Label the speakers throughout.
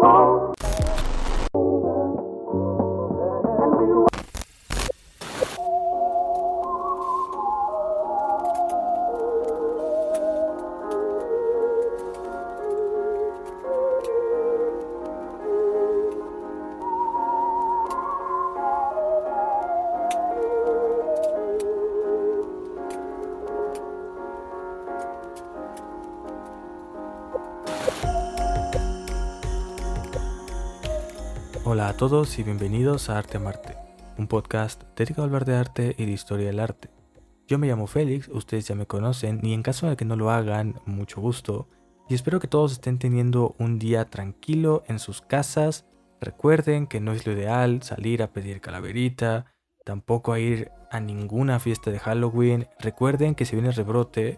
Speaker 1: Hola a todos y bienvenidos a Arte Marte, un podcast dedicado a hablar de arte y de historia del arte. Yo me llamo Félix, ustedes ya me conocen y en caso de que no lo hagan, mucho gusto. Y espero que todos estén teniendo un día tranquilo en sus casas. Recuerden que no es lo ideal salir a pedir calaverita, tampoco a ir a ninguna fiesta de Halloween. Recuerden que se viene el rebrote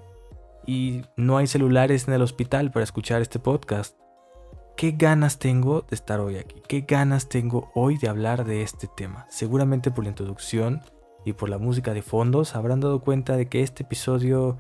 Speaker 1: y no hay celulares en el hospital para escuchar este podcast. ¿Qué ganas tengo de estar hoy aquí? ¿Qué ganas tengo hoy de hablar de este tema? Seguramente por la introducción y por la música de fondo se habrán dado cuenta de que este episodio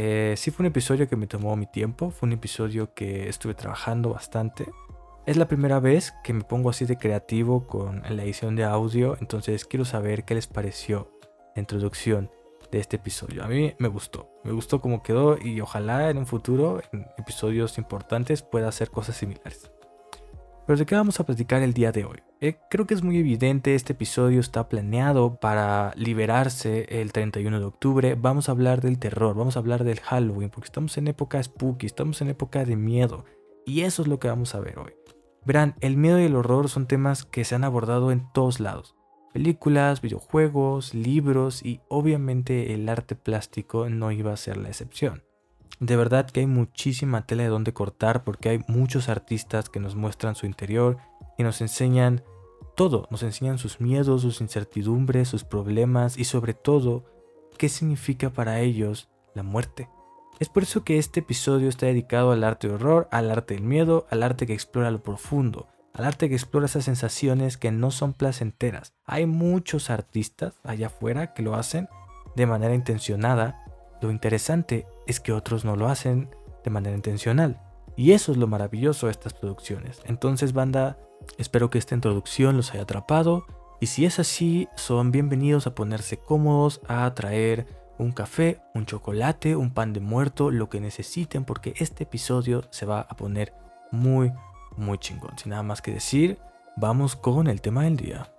Speaker 1: sí fue un episodio que me tomó mi tiempo, fue un episodio que estuve trabajando bastante. Es la primera vez que me pongo así de creativo con la edición de audio, entonces quiero saber qué les pareció la introducción de este episodio. A mí me gustó cómo quedó y ojalá en un futuro, en episodios importantes, pueda hacer cosas similares. Pero ¿de qué vamos a platicar el día de hoy? Creo que es muy evidente, este episodio está planeado para liberarse el 31 de octubre. Vamos a hablar del terror, vamos a hablar del Halloween, porque estamos en época spooky, estamos en época de miedo. Y eso es lo que vamos a ver hoy. Verán, el miedo y el horror son temas que se han abordado en todos lados. Películas, videojuegos, libros y obviamente el arte plástico no iba a ser la excepción. De verdad que hay muchísima tela de donde cortar porque hay muchos artistas que nos muestran su interior y nos enseñan todo, nos enseñan sus miedos, sus incertidumbres, sus problemas y sobre todo qué significa para ellos la muerte. Es por eso que este episodio está dedicado al arte de horror, al arte del miedo, al arte que explora lo profundo, al arte que explora esas sensaciones que no son placenteras. Hay muchos artistas allá afuera que lo hacen de manera intencionada. Lo interesante es que otros no lo hacen de manera intencional. Y eso es lo maravilloso de estas producciones. Entonces, banda, espero que esta introducción los haya atrapado. Y si es así, son bienvenidos a ponerse cómodos, a traer un café, un chocolate, un pan de muerto, lo que necesiten, porque este episodio se va a poner muy chingón. Sin nada más que decir, vamos con el tema del día.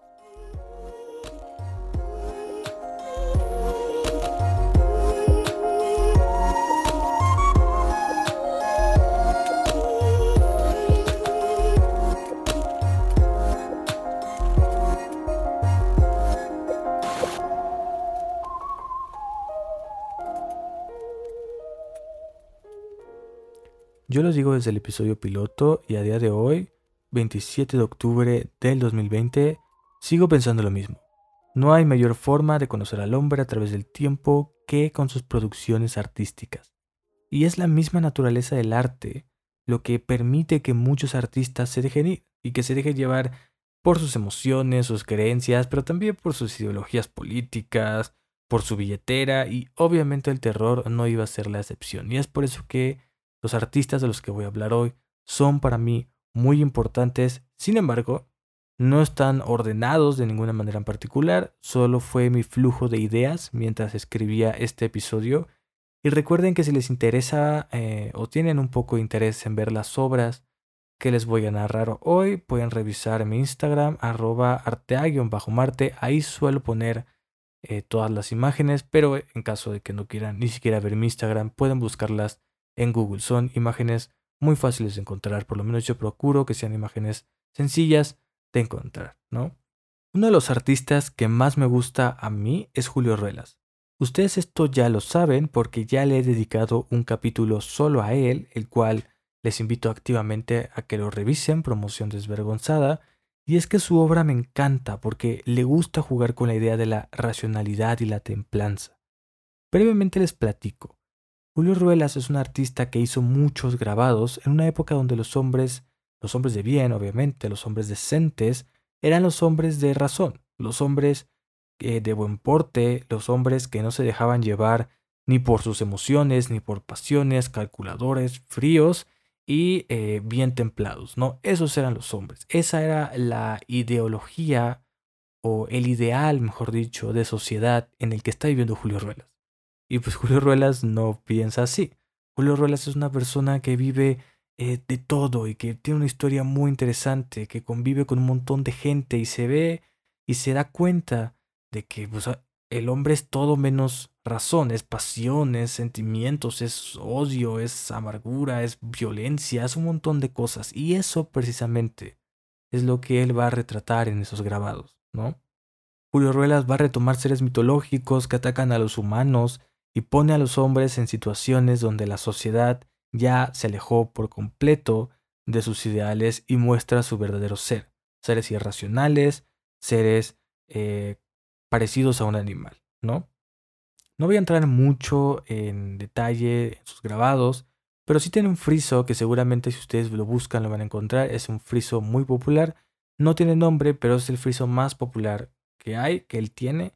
Speaker 1: Yo los digo desde el episodio piloto y a día de hoy, 27 de octubre del 2020, sigo pensando lo mismo. No hay mayor forma de conocer al hombre a través del tiempo que con sus producciones artísticas. Y es la misma naturaleza del arte lo que permite que muchos artistas se dejen ir y que se dejen llevar por sus emociones, sus creencias, pero también por sus ideologías políticas, por su billetera y obviamente el terror no iba a ser la excepción. Y es por eso que los artistas de los que voy a hablar hoy son para mí muy importantes, sin embargo, no están ordenados de ninguna manera en particular, solo fue mi flujo de ideas mientras escribía este episodio. Y recuerden que si les interesa o tienen un poco de interés en ver las obras que les voy a narrar hoy, pueden revisar mi Instagram, @artea_marte, ahí suelo poner todas las imágenes, pero en caso de que no quieran ni siquiera ver mi Instagram, pueden buscarlas en Google. Son imágenes muy fáciles de encontrar, por lo menos yo procuro que sean imágenes sencillas de encontrar, ¿no? Uno de los artistas que más me gusta a mí es Julio Ruelas. Ustedes esto ya lo saben porque ya le he dedicado un capítulo solo a él, el cual les invito activamente a que lo revisen, promoción desvergonzada. Y es que su obra me encanta porque le gusta jugar con la idea de la racionalidad y la templanza. Brevemente les platico. Julio Ruelas es un artista que hizo muchos grabados en una época donde los hombres de bien, obviamente, los hombres decentes, eran los hombres de razón, los hombres de buen porte, los hombres que no se dejaban llevar ni por sus emociones, ni por pasiones, calculadores, fríos, y bien templados, ¿no? Esos eran los hombres. Esa era la ideología o el ideal, mejor dicho, de sociedad en el que está viviendo Julio Ruelas. Y pues Julio Ruelas no piensa así. Julio Ruelas es una persona que vive de todo y que tiene una historia muy interesante, que convive con un montón de gente y se ve y se da cuenta de que pues, el hombre es todo menos razón, es pasión, es sentimientos, es odio, es amargura, es violencia, es un montón de cosas. Y eso precisamente es lo que él va a retratar en esos grabados, ¿no? Julio Ruelas va a retomar seres mitológicos que atacan a los humanos y pone a los hombres en situaciones donde la sociedad ya se alejó por completo de sus ideales y muestra su verdadero ser. Seres irracionales, seres parecidos a un animal, ¿no? No voy a entrar mucho en detalle en sus grabados, pero sí tiene un friso que seguramente si ustedes lo buscan lo van a encontrar. Es un friso muy popular. No tiene nombre, pero es el friso más popular que hay, que él tiene.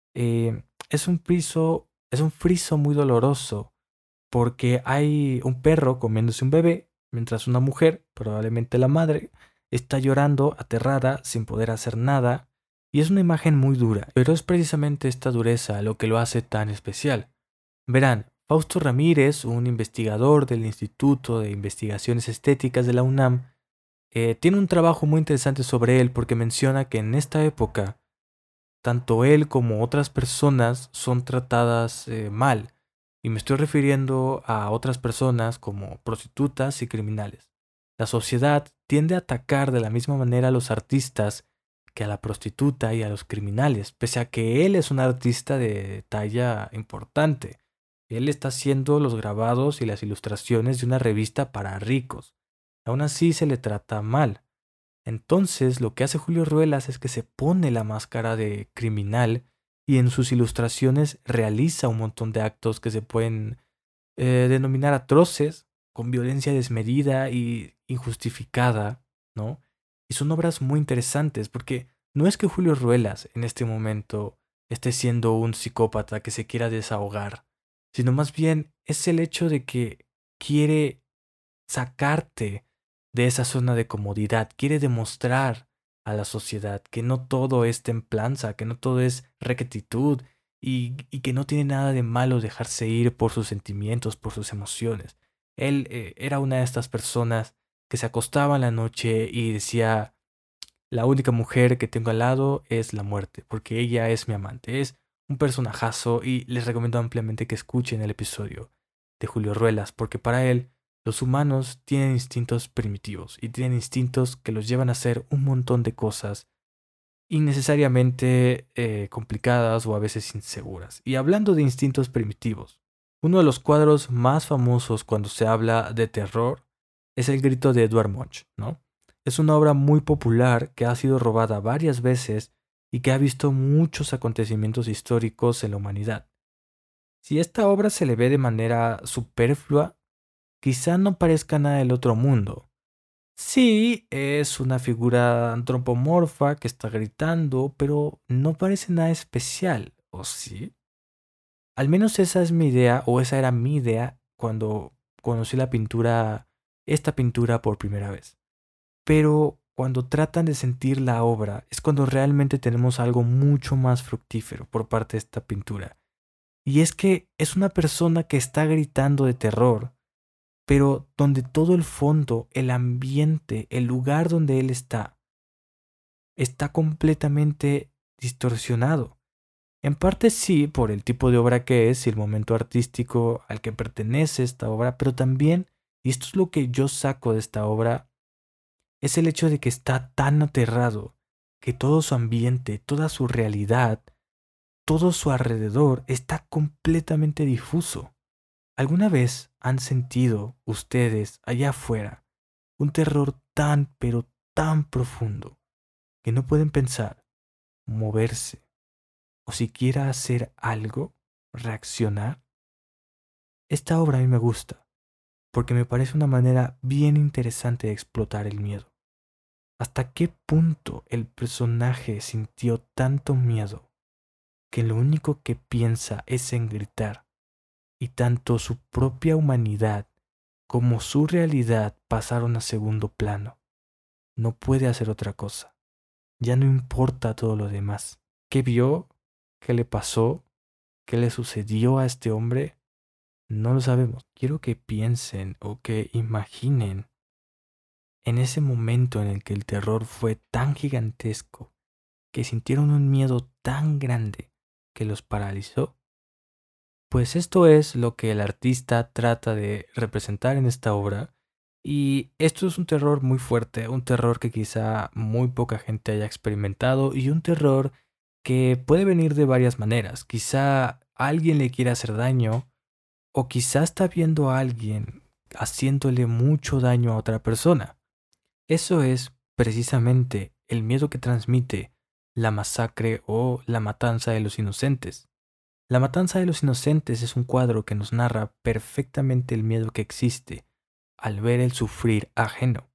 Speaker 1: Es un friso muy doloroso porque hay un perro comiéndose un bebé, mientras una mujer, probablemente la madre, está llorando, aterrada, sin poder hacer nada, y es una imagen muy dura, pero es precisamente esta dureza lo que lo hace tan especial. Verán, Fausto Ramírez, un investigador del Instituto de Investigaciones Estéticas de la UNAM, tiene un trabajo muy interesante sobre él porque menciona que en esta época, tanto él como otras personas son tratadas mal, y me estoy refiriendo a otras personas como prostitutas y criminales. La sociedad tiende a atacar de la misma manera a los artistas que a la prostituta y a los criminales, pese a que él es un artista de talla importante. Él está haciendo los grabados y las ilustraciones de una revista para ricos. Aún así se le trata mal. Entonces, lo que hace Julio Ruelas es que se pone la máscara de criminal y en sus ilustraciones realiza un montón de actos que se pueden denominar atroces, con violencia desmedida y injustificada, ¿no? Y son obras muy interesantes porque no es que Julio Ruelas en este momento esté siendo un psicópata que se quiera desahogar, sino más bien es el hecho de que quiere sacarte de esa zona de comodidad, quiere demostrar a la sociedad que no todo es templanza, que no todo es rectitud y que no tiene nada de malo dejarse ir por sus sentimientos, por sus emociones. Él era una de estas personas que se acostaba en la noche y decía, la única mujer que tengo al lado es la muerte, porque ella es mi amante. Es un personajazo y les recomiendo ampliamente que escuchen el episodio de Julio Ruelas, porque para él los humanos tienen instintos primitivos y tienen instintos que los llevan a hacer un montón de cosas innecesariamente complicadas o a veces inseguras. Y hablando de instintos primitivos, uno de los cuadros más famosos cuando se habla de terror es El grito de Edvard Munch, ¿no? Es una obra muy popular que ha sido robada varias veces y que ha visto muchos acontecimientos históricos en la humanidad. Si esta obra se le ve de manera superflua, quizá no parezca nada del otro mundo. Sí, es una figura antropomorfa que está gritando, pero no parece nada especial, ¿o sí? Al menos esa es mi idea, o esa era mi idea cuando conocí esta pintura por primera vez. Pero cuando tratan de sentir la obra, es cuando realmente tenemos algo mucho más fructífero por parte de esta pintura. Y es que es una persona que está gritando de terror, pero donde todo el fondo, el ambiente, el lugar donde él está completamente distorsionado. En parte sí, por el tipo de obra que es y el momento artístico al que pertenece esta obra, pero también, y esto es lo que yo saco de esta obra, es el hecho de que está tan aterrado que todo su ambiente, toda su realidad, todo su alrededor está completamente difuso. ¿Alguna vez han sentido ustedes allá afuera un terror tan pero tan profundo que no pueden pensar, moverse o siquiera hacer algo, reaccionar? Esta obra a mí me gusta porque me parece una manera bien interesante de explotar el miedo. ¿Hasta qué punto el personaje sintió tanto miedo que lo único que piensa es en gritar y tanto su propia humanidad como su realidad pasaron a segundo plano. No puede hacer otra cosa. Ya no importa todo lo demás. ¿Qué vio? ¿Qué le pasó? ¿Qué le sucedió a este hombre? No lo sabemos. Quiero que piensen o que imaginen en ese momento en el que el terror fue tan gigantesco, que sintieron un miedo tan grande que los paralizó. Pues esto es lo que el artista trata de representar en esta obra. Y esto es un terror muy fuerte, un terror que quizá muy poca gente haya experimentado y un terror que puede venir de varias maneras. Quizá alguien le quiera hacer daño o quizá está viendo a alguien haciéndole mucho daño a otra persona. Eso es precisamente el miedo que transmite la masacre o la matanza de los inocentes. La matanza de los inocentes es un cuadro que nos narra perfectamente el miedo que existe al ver el sufrir ajeno.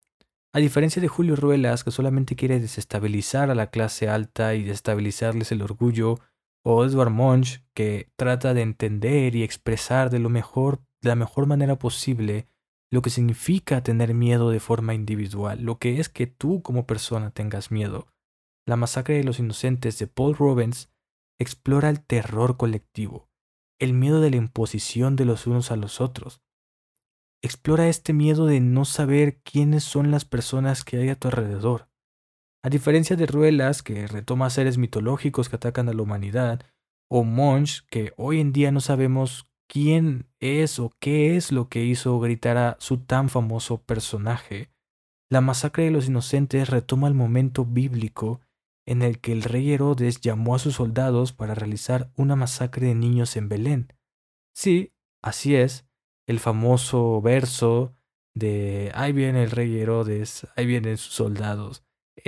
Speaker 1: A diferencia de Julio Ruelas, que solamente quiere desestabilizar a la clase alta y desestabilizarles el orgullo, o Edvard Munch, que trata de entender y expresar de la mejor manera posible lo que significa tener miedo de forma individual, lo que es que tú como persona tengas miedo. La masacre de los inocentes de Paul Rubens explora el terror colectivo, el miedo de la imposición de los unos a los otros. Explora este miedo de no saber quiénes son las personas que hay a tu alrededor. A diferencia de Ruelas, que retoma seres mitológicos que atacan a la humanidad, o Munch, que hoy en día no sabemos quién es o qué es lo que hizo gritar a su tan famoso personaje, la masacre de los inocentes retoma el momento bíblico en el que el rey Herodes llamó a sus soldados para realizar una masacre de niños en Belén. Sí, así es, el famoso verso de ahí viene el rey Herodes, ahí vienen sus soldados.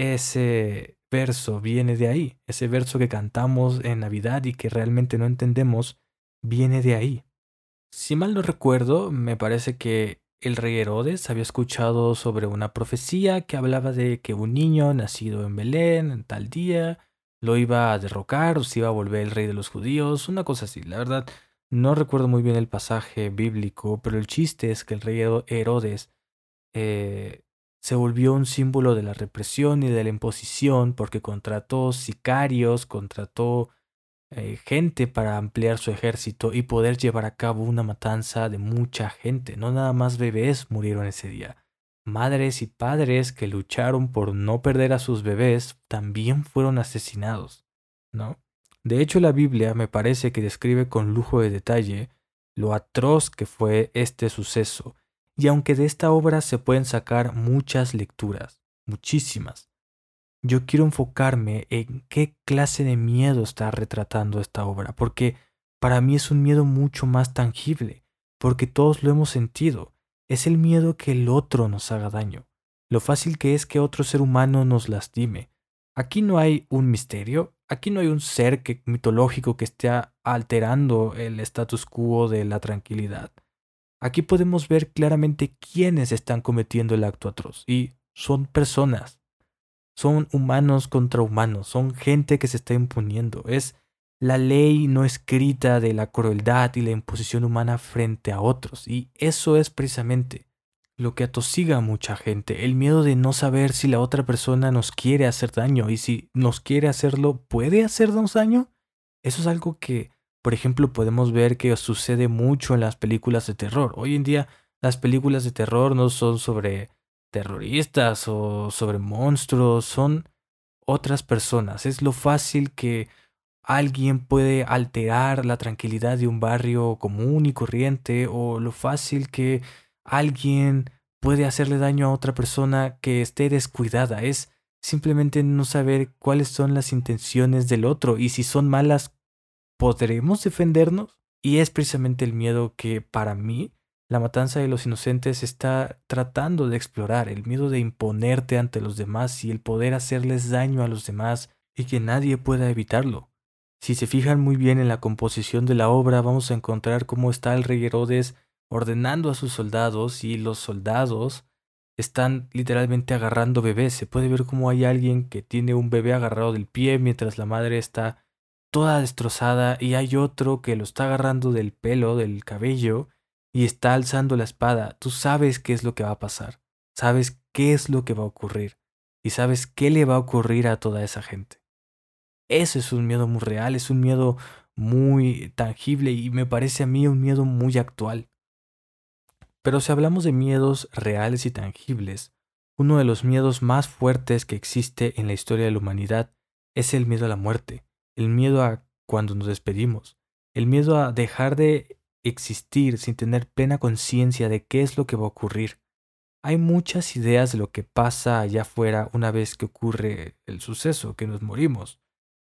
Speaker 1: Ese verso viene de ahí, ese verso que cantamos en Navidad y que realmente no entendemos, viene de ahí. Si mal no recuerdo, me parece que el rey Herodes había escuchado sobre una profecía que hablaba de que un niño nacido en Belén en tal día lo iba a derrocar o se iba a volver el rey de los judíos, una cosa así. La verdad, no recuerdo muy bien el pasaje bíblico, pero el chiste es que el rey Herodes eh, se volvió un símbolo de la represión y de la imposición porque contrató sicarios, contrató gente para ampliar su ejército y poder llevar a cabo una matanza de mucha gente. No nada más bebés murieron ese día. Madres y padres que lucharon por no perder a sus bebés también fueron asesinados, ¿no? De hecho, la Biblia me parece que describe con lujo de detalle lo atroz que fue este suceso. Y aunque de esta obra se pueden sacar muchas lecturas, muchísimas, yo quiero enfocarme en qué clase de miedo está retratando esta obra, porque para mí es un miedo mucho más tangible, porque todos lo hemos sentido. Es el miedo que el otro nos haga daño, lo fácil que es que otro ser humano nos lastime. Aquí no hay un misterio, aquí no hay un ser mitológico que esté alterando el status quo de la tranquilidad. Aquí podemos ver claramente quiénes están cometiendo el acto atroz, y son personas. Son humanos contra humanos, son gente que se está imponiendo. Es la ley no escrita de la crueldad y la imposición humana frente a otros. Y eso es precisamente lo que atosiga a mucha gente. El miedo de no saber si la otra persona nos quiere hacer daño y si nos quiere hacerlo, ¿puede hacernos daño? Eso es algo que, por ejemplo, podemos ver que sucede mucho en las películas de terror. Hoy en día las películas de terror no son sobre terroristas o sobre monstruos, son otras personas. Es lo fácil que alguien puede alterar la tranquilidad de un barrio común y corriente o lo fácil que alguien puede hacerle daño a otra persona que esté descuidada. Es simplemente no saber cuáles son las intenciones del otro y si son malas, ¿podremos defendernos? Y es precisamente el miedo que para mí la matanza de los inocentes está tratando de explorar, el miedo de imponerte ante los demás y el poder hacerles daño a los demás y que nadie pueda evitarlo. Si se fijan muy bien en la composición de la obra, vamos a encontrar cómo está el rey Herodes ordenando a sus soldados y los soldados están literalmente agarrando bebés. Se puede ver cómo hay alguien que tiene un bebé agarrado del pie mientras la madre está toda destrozada y hay otro que lo está agarrando del pelo, del cabello y está alzando la espada, tú sabes qué es lo que va a pasar, sabes qué es lo que va a ocurrir y sabes qué le va a ocurrir a toda esa gente. Eso es un miedo muy real, es un miedo muy tangible y me parece a mí un miedo muy actual. Pero si hablamos de miedos reales y tangibles, uno de los miedos más fuertes que existe en la historia de la humanidad es el miedo a la muerte, el miedo a cuando nos despedimos, el miedo a dejar de existir sin tener plena conciencia de qué es lo que va a ocurrir. Hay muchas ideas de lo que pasa allá afuera una vez que ocurre el suceso, que nos morimos,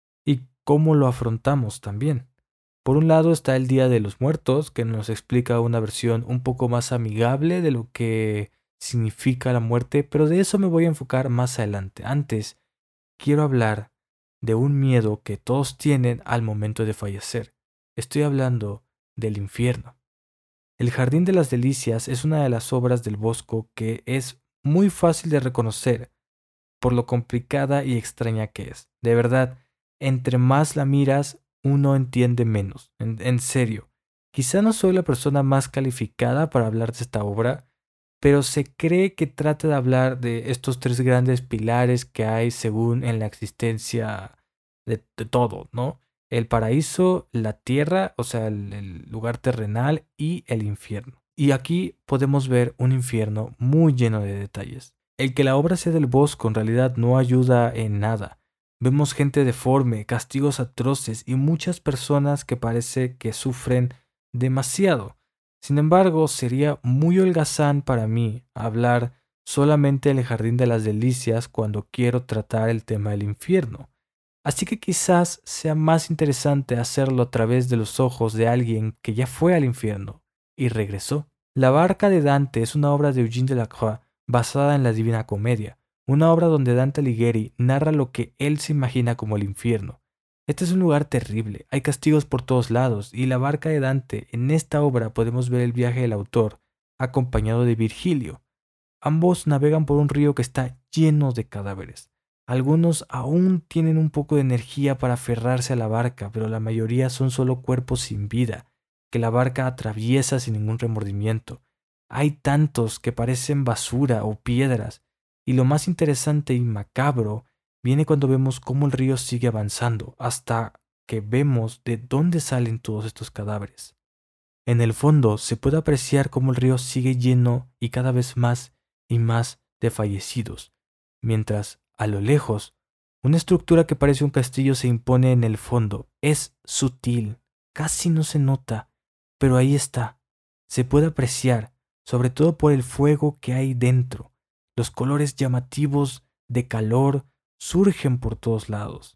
Speaker 1: y cómo lo afrontamos también. Por un lado está el Día de los Muertos, que nos explica una versión un poco más amigable de lo que significa la muerte, pero de eso me voy a enfocar más adelante. Antes, quiero hablar de un miedo que todos tienen al momento de fallecer. Estoy hablando del infierno. El Jardín de las Delicias es una de las obras del Bosco que es muy fácil de reconocer por lo complicada y extraña que es. De verdad, entre más la miras, uno entiende menos. En serio, quizá no soy la persona más calificada para hablar de esta obra, pero se cree que trata de hablar de estos tres grandes pilares que hay según en la existencia de todo, ¿no? El paraíso, la tierra, o sea, el lugar terrenal y el infierno. Y aquí podemos ver un infierno muy lleno de detalles. El que la obra sea del Bosco en realidad no ayuda en nada. Vemos gente deforme, castigos atroces y muchas personas que parece que sufren demasiado. Sin embargo, sería muy holgazán para mí hablar solamente del Jardín de las Delicias cuando quiero tratar el tema del infierno. Así que quizás sea más interesante hacerlo a través de los ojos de alguien que ya fue al infierno y regresó. La barca de Dante es una obra de Eugène Delacroix basada en la Divina Comedia, una obra donde Dante Alighieri narra lo que él se imagina como el infierno. Este es un lugar terrible, hay castigos por todos lados, y la barca de Dante, en esta obra podemos ver el viaje del autor, acompañado de Virgilio. Ambos navegan por un río que está lleno de cadáveres. Algunos aún tienen un poco de energía para aferrarse a la barca, pero la mayoría son solo cuerpos sin vida, que la barca atraviesa sin ningún remordimiento. Hay tantos que parecen basura o piedras, y lo más interesante y macabro viene cuando vemos cómo el río sigue avanzando, hasta que vemos de dónde salen todos estos cadáveres. En el fondo se puede apreciar cómo el río sigue lleno y cada vez más y más de fallecidos, mientras, a lo lejos, una estructura que parece un castillo se impone en el fondo. Es sutil, casi no se nota, pero ahí está. Se puede apreciar, sobre todo por el fuego que hay dentro. Los colores llamativos de calor surgen por todos lados.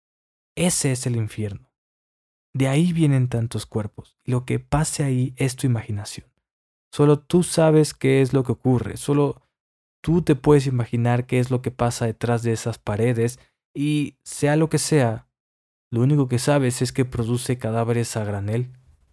Speaker 1: Ese es el infierno. De ahí vienen tantos cuerpos, y lo que pase ahí es tu imaginación. Solo tú sabes qué es lo que ocurre, solo tú te puedes imaginar qué es lo que pasa detrás de esas paredes y sea lo que sea, lo único que sabes es que produce cadáveres a granel.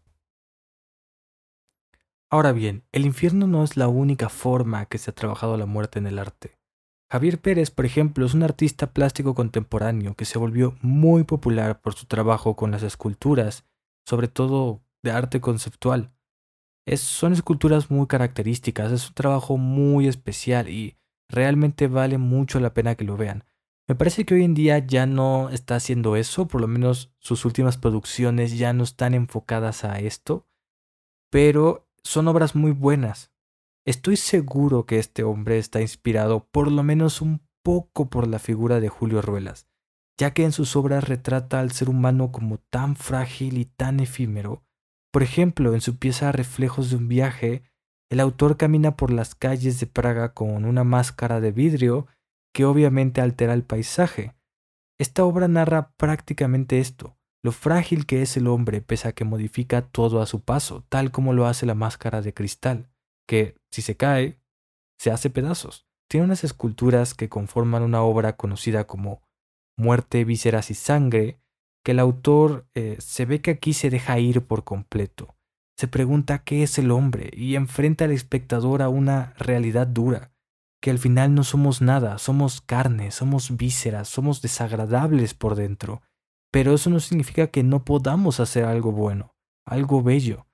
Speaker 1: Ahora bien, el infierno no es la única forma que se ha trabajado la muerte en el arte. Javier Pérez, por ejemplo, es un artista plástico contemporáneo que se volvió muy popular por su trabajo con las esculturas, sobre todo de arte conceptual. Son esculturas muy características, es un trabajo muy especial y realmente vale mucho la pena que lo vean. Me parece que hoy en día ya no está haciendo eso, por lo menos sus últimas producciones ya no están enfocadas a esto, pero son obras muy buenas. Estoy seguro que este hombre está inspirado por lo menos un poco por la figura de Julio Ruelas, ya que en sus obras retrata al ser humano como tan frágil y tan efímero. Por ejemplo, en su pieza Reflejos de un viaje, el autor camina por las calles de Praga con una máscara de vidrio que obviamente altera el paisaje. Esta obra narra prácticamente esto, lo frágil que es el hombre pese a que modifica todo a su paso, tal como lo hace la máscara de cristal, que, si se cae, se hace pedazos. Tiene unas esculturas que conforman una obra conocida como Muerte, Vísceras y Sangre, que el autor se ve que aquí se deja ir por completo. Se pregunta qué es el hombre y enfrenta al espectador a una realidad dura, que al final no somos nada, somos carne, somos vísceras, somos desagradables por dentro, pero eso no significa que no podamos hacer algo bueno, algo bello.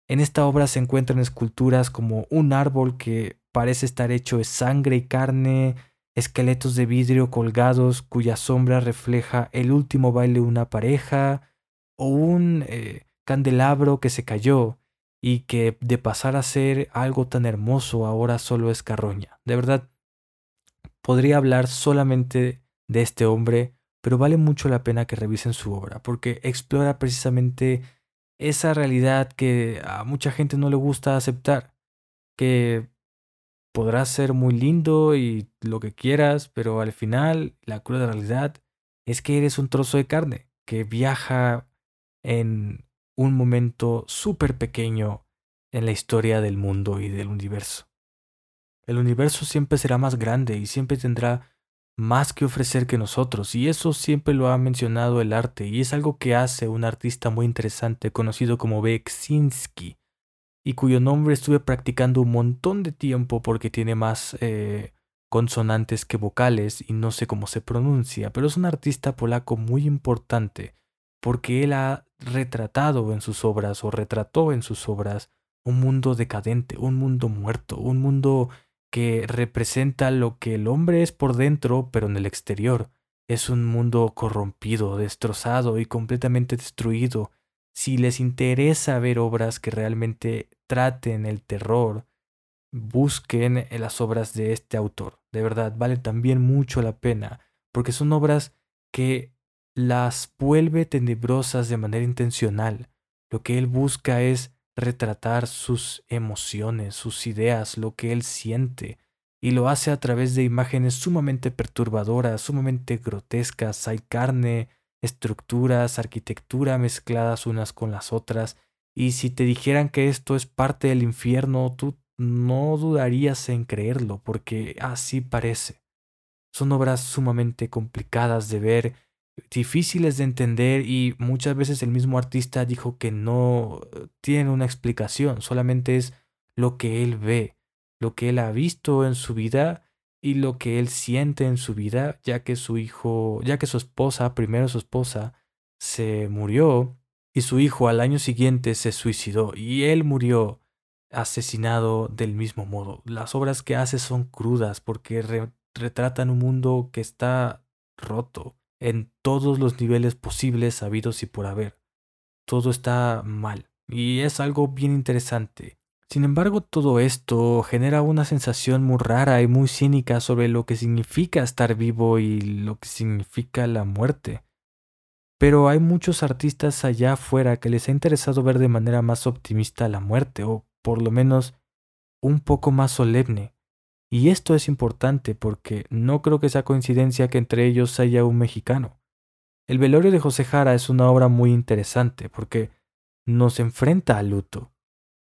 Speaker 1: En esta obra se encuentran esculturas como un árbol que parece estar hecho de sangre y carne, esqueletos de vidrio colgados cuya sombra refleja el último baile de una pareja, o un candelabro que se cayó y que de pasar a ser algo tan hermoso ahora solo es carroña. De verdad, podría hablar solamente de este hombre, pero vale mucho la pena que revisen su obra, porque explora precisamente esa realidad que a mucha gente no le gusta aceptar, que podrá ser muy lindo y lo que quieras, pero al final la cruda realidad es que eres un trozo de carne que viaja en un momento súper pequeño en la historia del mundo y del universo. El universo siempre será más grande y siempre tendrá más que ofrecer que nosotros, y eso siempre lo ha mencionado el arte, y es algo que hace un artista muy interesante conocido como Beksinski, y cuyo nombre estuve practicando un montón de tiempo porque tiene más consonantes que vocales y no sé cómo se pronuncia, pero es un artista polaco muy importante porque él ha retratado en sus obras o retrató en sus obras un mundo decadente, un mundo muerto, un mundo que representa lo que el hombre es por dentro, pero en el exterior. Es un mundo corrompido, destrozado y completamente destruido. Si les interesa ver obras que realmente traten el terror, busquen las obras de este autor. De verdad, vale también mucho la pena, porque son obras que las vuelve tenebrosas de manera intencional. Lo que él busca es retratar sus emociones, sus ideas, lo que él siente, y lo hace a través de imágenes sumamente perturbadoras, sumamente grotescas. Hay carne, estructuras, arquitectura mezcladas unas con las otras, y si te dijeran que esto es parte del infierno, tú no dudarías en creerlo, porque así parece. Son obras sumamente complicadas de ver, difíciles de entender, y muchas veces el mismo artista dijo que no tiene una explicación, solamente es lo que él ve, lo que él ha visto en su vida y lo que él siente en su vida, ya que su hijo, ya que su esposa, primero su esposa, se murió y su hijo al año siguiente se suicidó y él murió asesinado del mismo modo. Las obras que hace son crudas porque retratan un mundo que está roto en todos los niveles posibles, habidos y por haber. Todo está mal y es algo bien interesante. Sin embargo, todo esto genera una sensación muy rara y muy cínica sobre lo que significa estar vivo y lo que significa la muerte. Pero hay muchos artistas allá afuera que les ha interesado ver de manera más optimista la muerte, o por lo menos un poco más solemne. Y esto es importante porque no creo que sea coincidencia que entre ellos haya un mexicano. El velorio de José Jara es una obra muy interesante porque nos enfrenta al luto.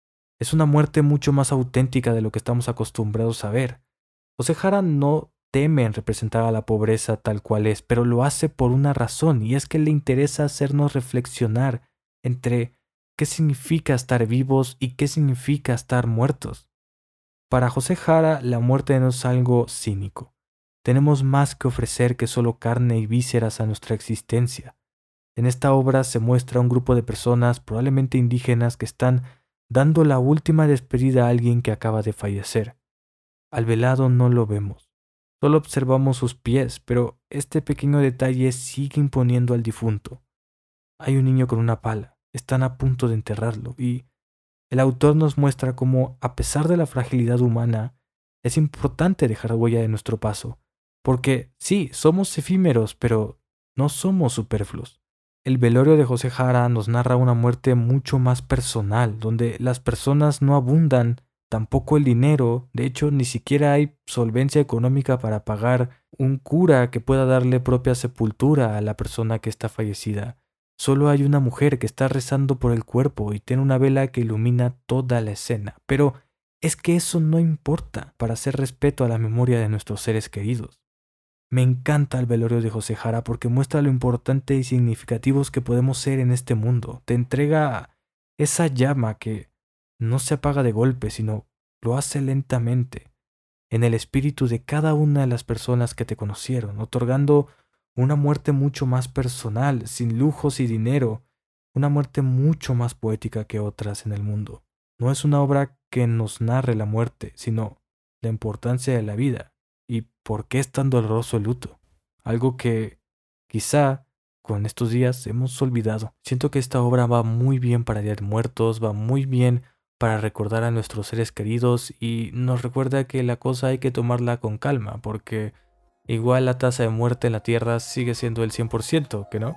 Speaker 1: Es una muerte mucho más auténtica de lo que estamos acostumbrados a ver. José Jara no teme en representar a la pobreza tal cual es, pero lo hace por una razón, y es que le interesa hacernos reflexionar entre qué significa estar vivos y qué significa estar muertos. Para José Jara, la muerte no es algo cínico. Tenemos más que ofrecer que solo carne y vísceras a nuestra existencia. En esta obra se muestra un grupo de personas, probablemente indígenas, que están dando la última despedida a alguien que acaba de fallecer. Al velado no lo vemos, solo observamos sus pies, pero este pequeño detalle sigue imponiendo al difunto. Hay un niño con una pala, están a punto de enterrarlo, y el autor nos muestra cómo, a pesar de la fragilidad humana, es importante dejar huella de nuestro paso, porque sí, somos efímeros, pero no somos superfluos. El velorio de José Jara nos narra una muerte mucho más personal, donde las personas no abundan, tampoco el dinero. De hecho, ni siquiera hay solvencia económica para pagar un cura que pueda darle propia sepultura a la persona que está fallecida. Solo hay una mujer que está rezando por el cuerpo y tiene una vela que ilumina toda la escena. Pero es que eso no importa para hacer respeto a la memoria de nuestros seres queridos. Me encanta el velorio de José Jara porque muestra lo importante y significativos que podemos ser en este mundo. Te entrega esa llama que no se apaga de golpe, sino lo hace lentamente en el espíritu de cada una de las personas que te conocieron, otorgando una muerte mucho más personal, sin lujos y dinero, una muerte mucho más poética que otras en el mundo. no es una obra que nos narre la muerte, sino la importancia de la vida y por qué es tan doloroso el luto. Algo que quizá con estos días hemos olvidado. Siento que esta obra va muy bien para Día de Muertos, va muy bien para recordar a nuestros seres queridos y nos recuerda que la cosa hay que tomarla con calma, porque igual la tasa de muerte en la Tierra sigue siendo el 100%, ¿que no?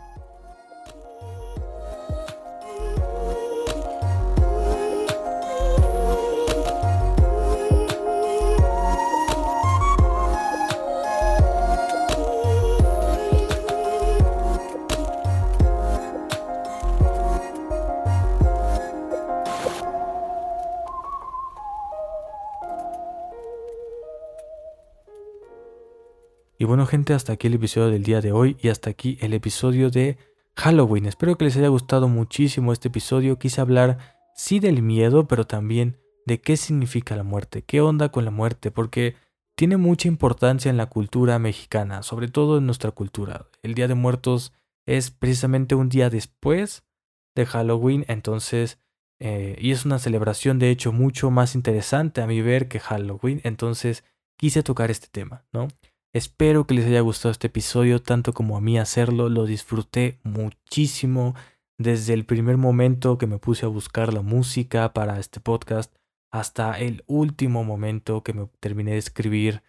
Speaker 1: Y bueno, gente, hasta aquí el episodio del día de hoy y hasta aquí el episodio de Halloween. Espero que les haya gustado muchísimo este episodio. Quise hablar sí del miedo, pero también de qué significa la muerte, qué onda con la muerte, porque tiene mucha importancia en la cultura mexicana, sobre todo en nuestra cultura. El Día de Muertos es precisamente un día después de Halloween, entonces, y es una celebración de hecho mucho más interesante a mi ver que Halloween, entonces quise tocar este tema, ¿no? Espero que les haya gustado este episodio tanto como a mí hacerlo. Lo disfruté muchísimo desde el primer momento que me puse a buscar la música para este podcast hasta el último momento que me terminé de escribir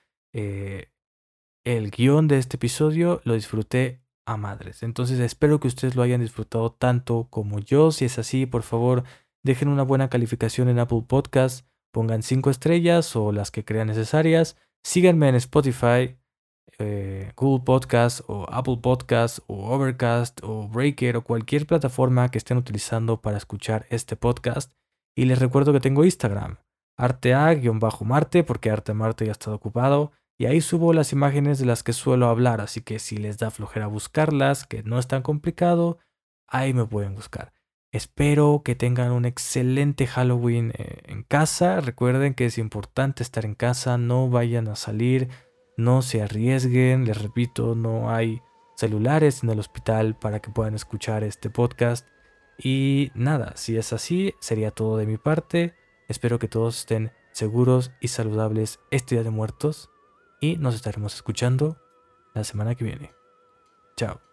Speaker 1: el guión de este episodio. Lo disfruté a madres. Entonces espero que ustedes lo hayan disfrutado tanto como yo. Si es así, por favor, dejen una buena calificación en Apple Podcasts. Pongan 5 estrellas o las que crean necesarias. Síganme en Spotify, Google Podcast o Apple Podcast o Overcast o Breaker o cualquier plataforma que estén utilizando para escuchar este podcast. Y les recuerdo que tengo Instagram, artea_marte, porque Arte Marte ya está ocupado, y ahí subo las imágenes de las que suelo hablar, así que si les da flojera buscarlas, que no es tan complicado, ahí me pueden buscar. Espero que tengan un excelente Halloween en casa. Recuerden que es importante estar en casa, no vayan a salir. No se arriesguen, les repito, no hay celulares en el hospital para que puedan escuchar este podcast. Y nada, si es así, sería todo de mi parte. Espero que todos estén seguros y saludables este Día de Muertos. Y nos estaremos escuchando la semana que viene. Chao.